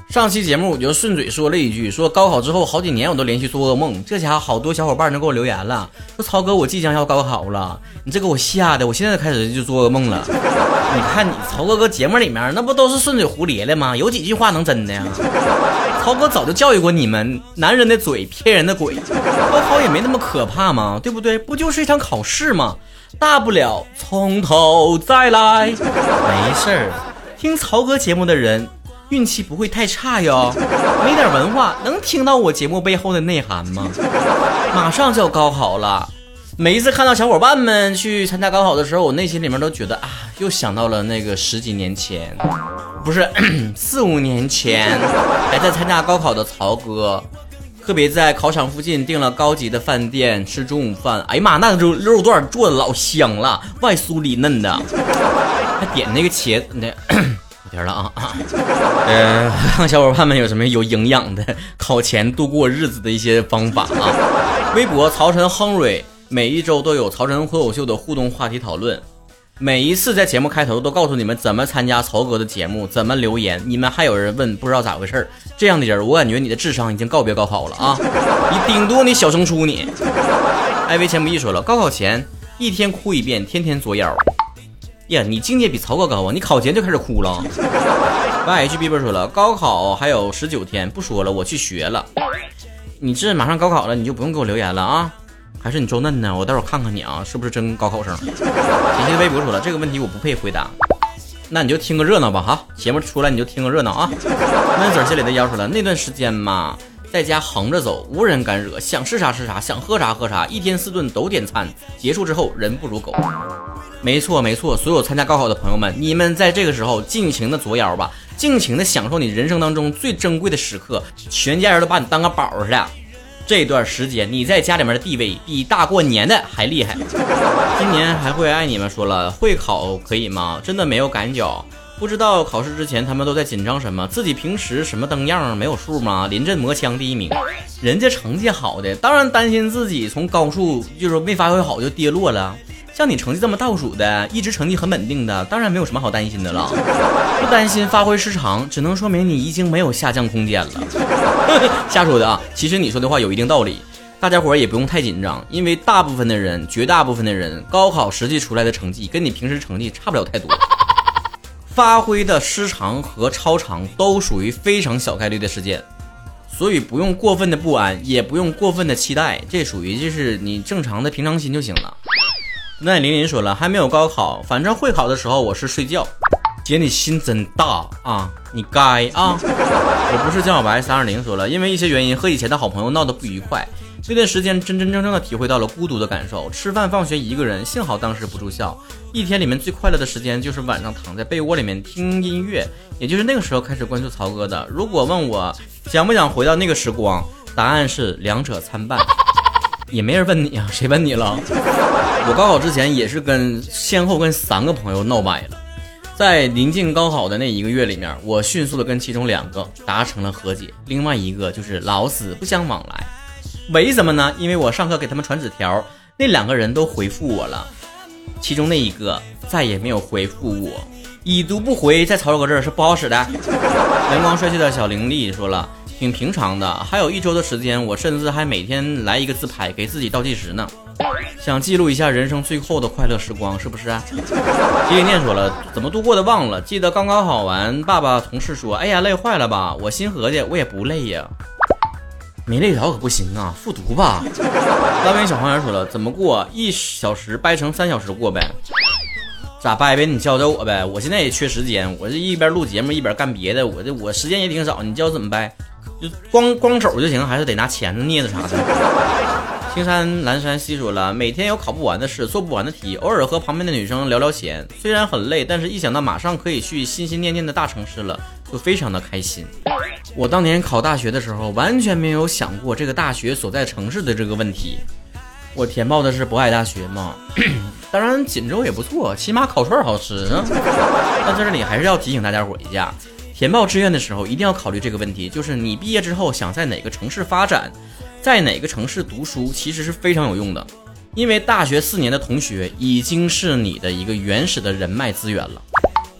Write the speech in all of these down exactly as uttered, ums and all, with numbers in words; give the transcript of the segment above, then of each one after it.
上期节目我就顺嘴说了一句，说高考之后好几年我都连续做噩梦，这家伙好多小伙伴都给我留言了，说曹哥我即将要高考了，你这给我吓的，我现在开始就做噩梦了。你看你曹哥哥节目里面那不都是顺嘴胡咧咧吗？有几句话能真的呀？曹哥早就教育过你们，男人的嘴骗人的鬼，高考也没那么可怕嘛，对不对？不就是一场考试吗？大不了从头再来。没事儿，听曹哥节目的人运气不会太差哟，没点文化能听到我节目背后的内涵吗？马上就要高考了，每一次看到小伙伴们去参加高考的时候，我内心里面都觉得啊，又想到了那个十几年前，不是四五年前还在参加高考的曹哥，特别在考场附近订了高级的饭店吃中午饭，哎呀妈，那肉肉段做的老香了，外酥里嫩的，还点那个茄子那。点了啊啊！呃，看小伙伴们有什么有营养的考前度过日子的一些方法啊。微博曹晨亨瑞每一周都有曹晨脱口秀的互动话题讨论，每一次在节目开头都告诉你们怎么参加曹哥的节目，怎么留言。你们还有人问不知道咋回事，这样的人我感觉你的智商已经告别高考了啊！你顶多你小升初你。艾薇钱不易说了，高考前一天哭一遍，天天作妖。呀，你境界比曹哥高啊！你考前就开始哭了。Y H B 说了，高考还有十九天，不说了，我去学了。你这马上高考了，你就不用给我留言了啊？还是你装嫩呢？我待会儿看看你啊，是不是真高考生？甜心微博说了，这个问题我不配回答。那你就听个热闹吧哈，节目出来你就听个热闹啊。闷嘴心里的妖说了，那段时间嘛，在家横着走，无人干惹，想吃啥吃啥，想喝啥喝啥，一天四顿都点餐。结束之后，人不如狗。没错没错，所有参加高考的朋友们，你们在这个时候尽情的作妖吧，尽情的享受你人生当中最珍贵的时刻，全家人都把你当个宝似的。这段时间你在家里面的地位比大过年的还厉害。今年还会爱你们说了，会考可以吗？真的没有感觉，不知道考试之前他们都在紧张什么，自己平时什么灯样没有数吗？临阵磨枪第一名，人家成绩好的当然担心自己从高处就是没发挥好就跌落了。像你成绩这么倒数的，一直成绩很稳定的，当然没有什么好担心的了。不担心发挥失常，只能说明你已经没有下降空间了。瞎说的啊，其实你说的话有一定道理，大家伙也不用太紧张，因为大部分的人，绝大部分的人，高考实际出来的成绩跟你平时成绩差不了太多。发挥的失常和超常都属于非常小概率的事件，所以不用过分的不安，也不用过分的期待，这属于就是你正常的平常心就行了。那林林说了，还没有高考，反正会考的时候我是睡觉。姐你心真大啊，你该啊。我不是江小白三二零说了，因为一些原因和以前的好朋友闹得不愉快，那段时间真真正正的体会到了孤独的感受，吃饭放学一个人，幸好当时不住校，一天里面最快乐的时间就是晚上躺在被窝里面听音乐，也就是那个时候开始关注曹哥的。如果问我想不想回到那个时光，答案是两者参半。也没人问你啊，谁问你了？我高考之前也是跟先后跟三个朋友闹掰了，在临近高考的那一个月里面，我迅速的跟其中两个达成了和解，另外一个就是老死不相往来。为什么呢？因为我上课给他们传纸条，那两个人都回复我了，其中那一个再也没有回复我，已读不回在曹哥这儿是不好使的。阳光帅气的小伶俐说了，挺平常的，还有一周的时间，我甚至还每天来一个自拍给自己倒计时呢，想记录一下人生最后的快乐时光，是不是啊？吉林念说了，怎么度过的忘了，记得刚刚考完，爸爸同事说，哎呀累坏了吧，我心合计我也不累呀，没累着可不行啊，复读吧。拉边小黄人说了，怎么过一小时掰成三小时过呗，咋掰呗？你教教我呗，我现在也缺时间，我这一边录节目一边干别的，我这我时间也挺少，你教我怎么掰？就光光手就行，还是得拿钳子镊子啥的？青山蓝山西说了，每天有考不完的事，做不完的题，偶尔和旁边的女生聊聊闲，虽然很累，但是一想到马上可以去心心念念的大城市了，就非常的开心。我当年考大学的时候，完全没有想过这个大学所在城市的这个问题。我填报的是渤海大学嘛，当然锦州也不错，起码烤串好吃啊。但在这里还是要提醒大家伙一下，填报志愿的时候一定要考虑这个问题，就是你毕业之后想在哪个城市发展，在哪个城市读书，其实是非常有用的。因为大学四年的同学已经是你的一个原始的人脉资源了，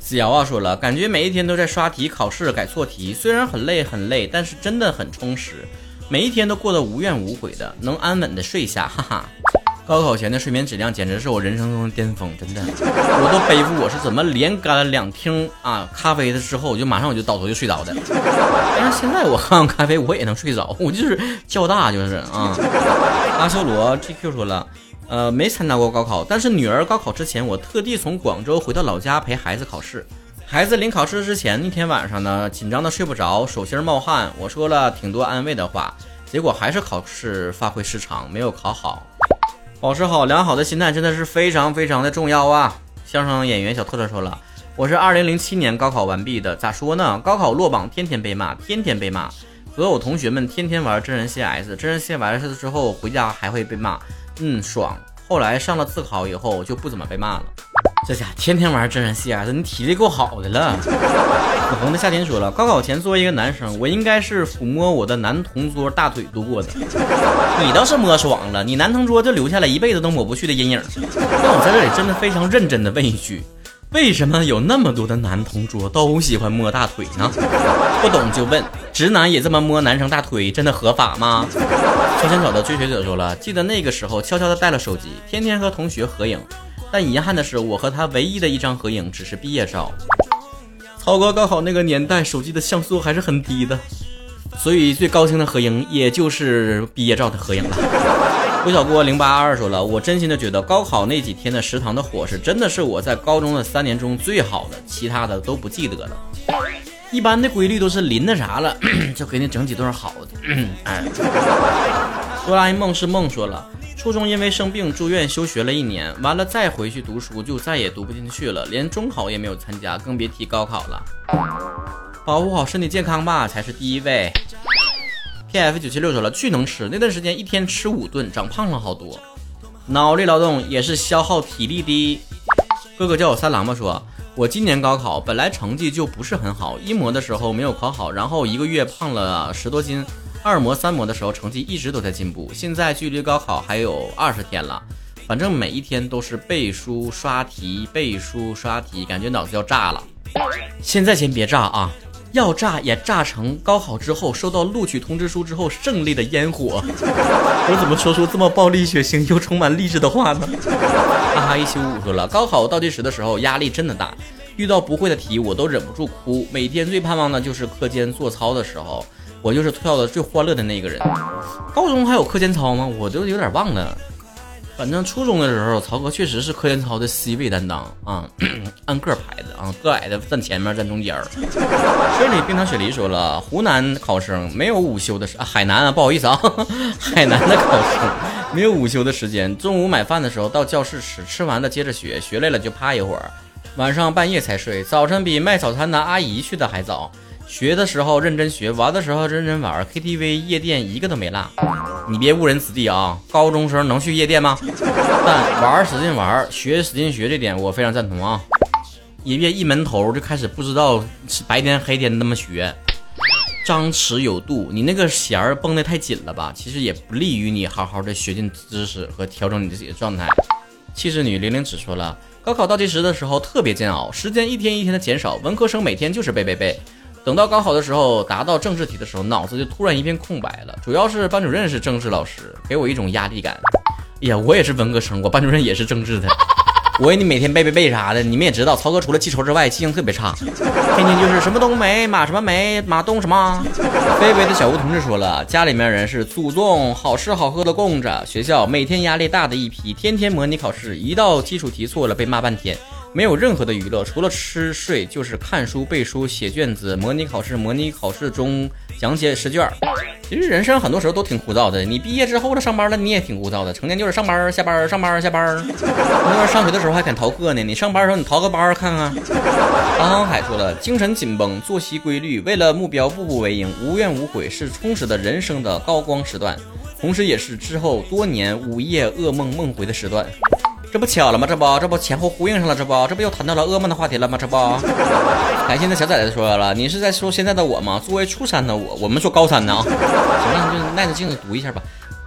子瑶啊说了，感觉每一天都在刷题、考试、改错题，虽然很累很累，但是真的很充实，每一天都过得无怨无悔的，能安稳的睡下，哈哈。高考前的睡眠质量简直是我人生中的巅峰，真的，我都背负我是怎么连干了两听啊咖啡的之后，我就马上我就倒头就睡着的。但是现在我喝完咖啡我也能睡着，我就是较大就是啊。阿修罗 G Q 说了，呃，没参加过高考，但是女儿高考之前，我特地从广州回到老家陪孩子考试。孩子临考试之前一天晚上呢，紧张的睡不着，手心冒汗，我说了挺多安慰的话，结果还是考试发挥失常，没有考好。保持好良好的心态真的是非常非常的重要啊！相声演员小特特说了，我是二零零七年高考完毕的，咋说呢？高考落榜，天天被骂，天天被骂，和我同学们天天玩真人 C S， 真人 C S 之后回家还会被骂，嗯，爽。后来上了自考以后就不怎么被骂了。这家天天玩真人 C S， 你体力够好的了。紫红的夏天说了，高考前作为一个男生，我应该是抚摸我的男同桌大腿度过的。你倒是摸爽了，你男同桌就留下了一辈子都抹不去的阴影。但我在这里真的非常认真的问一句，为什么有那么多的男同桌都喜欢摸大腿呢？不懂就问，直男也这么摸男生大腿，真的合法吗？超前草的追随者说了，记得那个时候悄悄的带了手机，天天和同学合影，但遗憾的是，我和他唯一的一张合影只是毕业照。曹哥高考那个年代，手机的像素还是很低的，所以最高清的合影也就是毕业照的合影了。魏小郭零八二说了，我真心的觉得高考那几天的食堂的伙食真的是我在高中的三年中最好的，其他的都不记得了。一般的规律都是临那啥了就给你整几顿好的。哎，哆啦 A 梦是梦说了，初中因为生病住院休学了一年，完了再回去读书就再也读不进去了，连中考也没有参加，更别提高考了。保护好身体健康吧，才是第一位。P F 九七六 说了，巨能吃，那段时间一天吃五顿，长胖了好多。脑力劳动也是消耗体力的。哥哥叫我三郎吧说，我今年高考本来成绩就不是很好，一模的时候没有考好，然后一个月胖了十多斤，二模三模的时候成绩一直都在进步，现在距离高考还有二十天了，反正每一天都是背书刷题背书刷题，感觉脑子要炸了。现在先别炸啊，要炸也炸成高考之后收到录取通知书之后胜利的烟火。我怎么说出这么暴力血腥又充满励志的话呢？哈哈一七五五说了，高考倒计时的时候压力真的大，遇到不会的题我都忍不住哭，每天最盼望的就是课间做操的时候，我就是跳的最欢乐的那个人。高中还有课间操吗？我都有点忘了。反正初中的时候，曹哥确实是课间操的 C 位担当啊，按个排的啊，个矮的站前面，站中间。这里冰糖雪梨说了，湖南考生没有午休的时、啊，海南啊，不好意思啊，海南的考生没有午休的时间，中午买饭的时候到教室吃，吃完了接着学，学累了就趴一会儿，晚上半夜才睡，早晨比卖早餐的阿姨去的还早。学的时候认真学，玩的时候认真玩 ，K T V 夜店一个都没落。你别误人子弟啊，高中生能去夜店吗？但玩使劲玩，学使劲学，这点我非常赞同啊。也别一门头就开始不知道白天黑天那么学，张弛有度。你那个弦儿绷得太紧了吧，其实也不利于你好好的学进知识和调整你自己的状态。气质女零零只说了，高考倒计时的时候特别煎熬，时间一天一天的减少，文科生每天就是背背背。等到高考的时候，答到政治题的时候，脑子就突然一片空白了。主要是班主任是政治老师，给我一种压力感。哎呀，我也是文科生，我班主任也是政治的。我给你每天背背背啥的，你们也知道，曹哥除了记仇之外，记性特别差。天天就是什么冬梅，马什么梅，马冬什么。微微的小吴同志说了，家里面人是祖宗好吃好喝的供着，学校每天压力大的一批，天天模拟考试，一道基础题错了被骂半天。没有任何的娱乐，除了吃睡就是看书背书写卷子，模拟考试模拟考试中讲解试卷。其实人生很多时候都挺枯燥的，你毕业之后了上班了你也挺枯燥的，成天就是上班下班上班下班。很多人上学的时候还敢逃课呢，你上班的时候你逃个班看看。航航海说了，精神紧绷，作息规律，为了目标步步为营，无怨无悔，是充实的人生的高光时段，同时也是之后多年午夜噩梦梦回的时段。这不巧了吗？这不这不前后呼应上了，这不这不又谈到了噩梦的话题了吗？这不感谢那小崽子说了，你是在说现在的我吗？作为初三的我，我们说高三呢啊。行了，你就耐着性子读一下吧。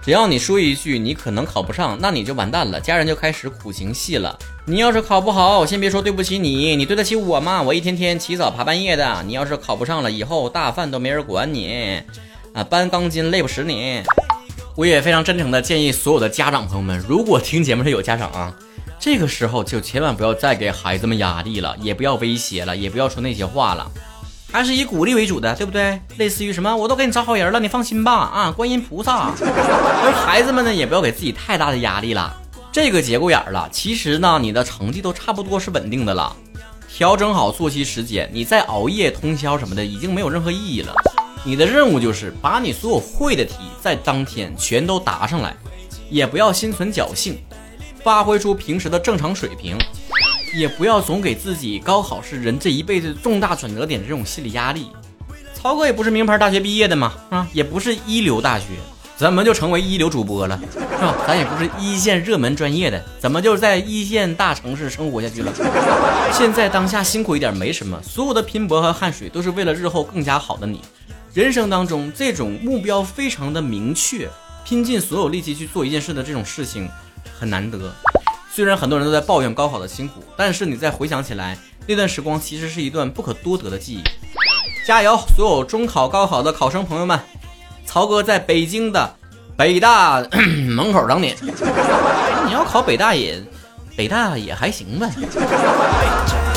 只要你说一句你可能考不上，那你就完蛋了，家人就开始苦情戏了。你要是考不好，先别说对不起你，你对得起我吗？我一天天起早爬半夜的，你要是考不上了，以后大饭都没人管你啊，搬钢筋累不死你。我也非常真诚的建议所有的家长朋友们，如果听节目的有家长啊，这个时候就千万不要再给孩子们压力了，也不要威胁了，也不要说那些话了，还是以鼓励为主的，对不对？类似于什么我都给你找好人了，你放心吧啊，观音菩萨。而孩子们呢，也不要给自己太大的压力了。这个节骨眼了，其实呢你的成绩都差不多是稳定的了，调整好作息时间，你再熬夜通宵什么的已经没有任何意义了。你的任务就是把你所有会的题在当天全都答上来，也不要心存侥幸，发挥出平时的正常水平，也不要总给自己高考是人这一辈子重大转折点的这种心理压力。曹哥也不是名牌大学毕业的嘛，啊，也不是一流大学，怎么就成为一流主播了？是吧？咱也不是一线热门专业的，怎么就在一线大城市生活下去了？现在当下辛苦一点没什么，所有的拼搏和汗水都是为了日后更加好的你。人生当中这种目标非常的明确，拼尽所有力气去做一件事的这种事情很难得。虽然很多人都在抱怨高考的辛苦，但是你再回想起来，那段时光其实是一段不可多得的记忆。加油，所有中考高考的考生朋友们，曹哥在北京的北大门口等你。你要考北大也北大也还行呗。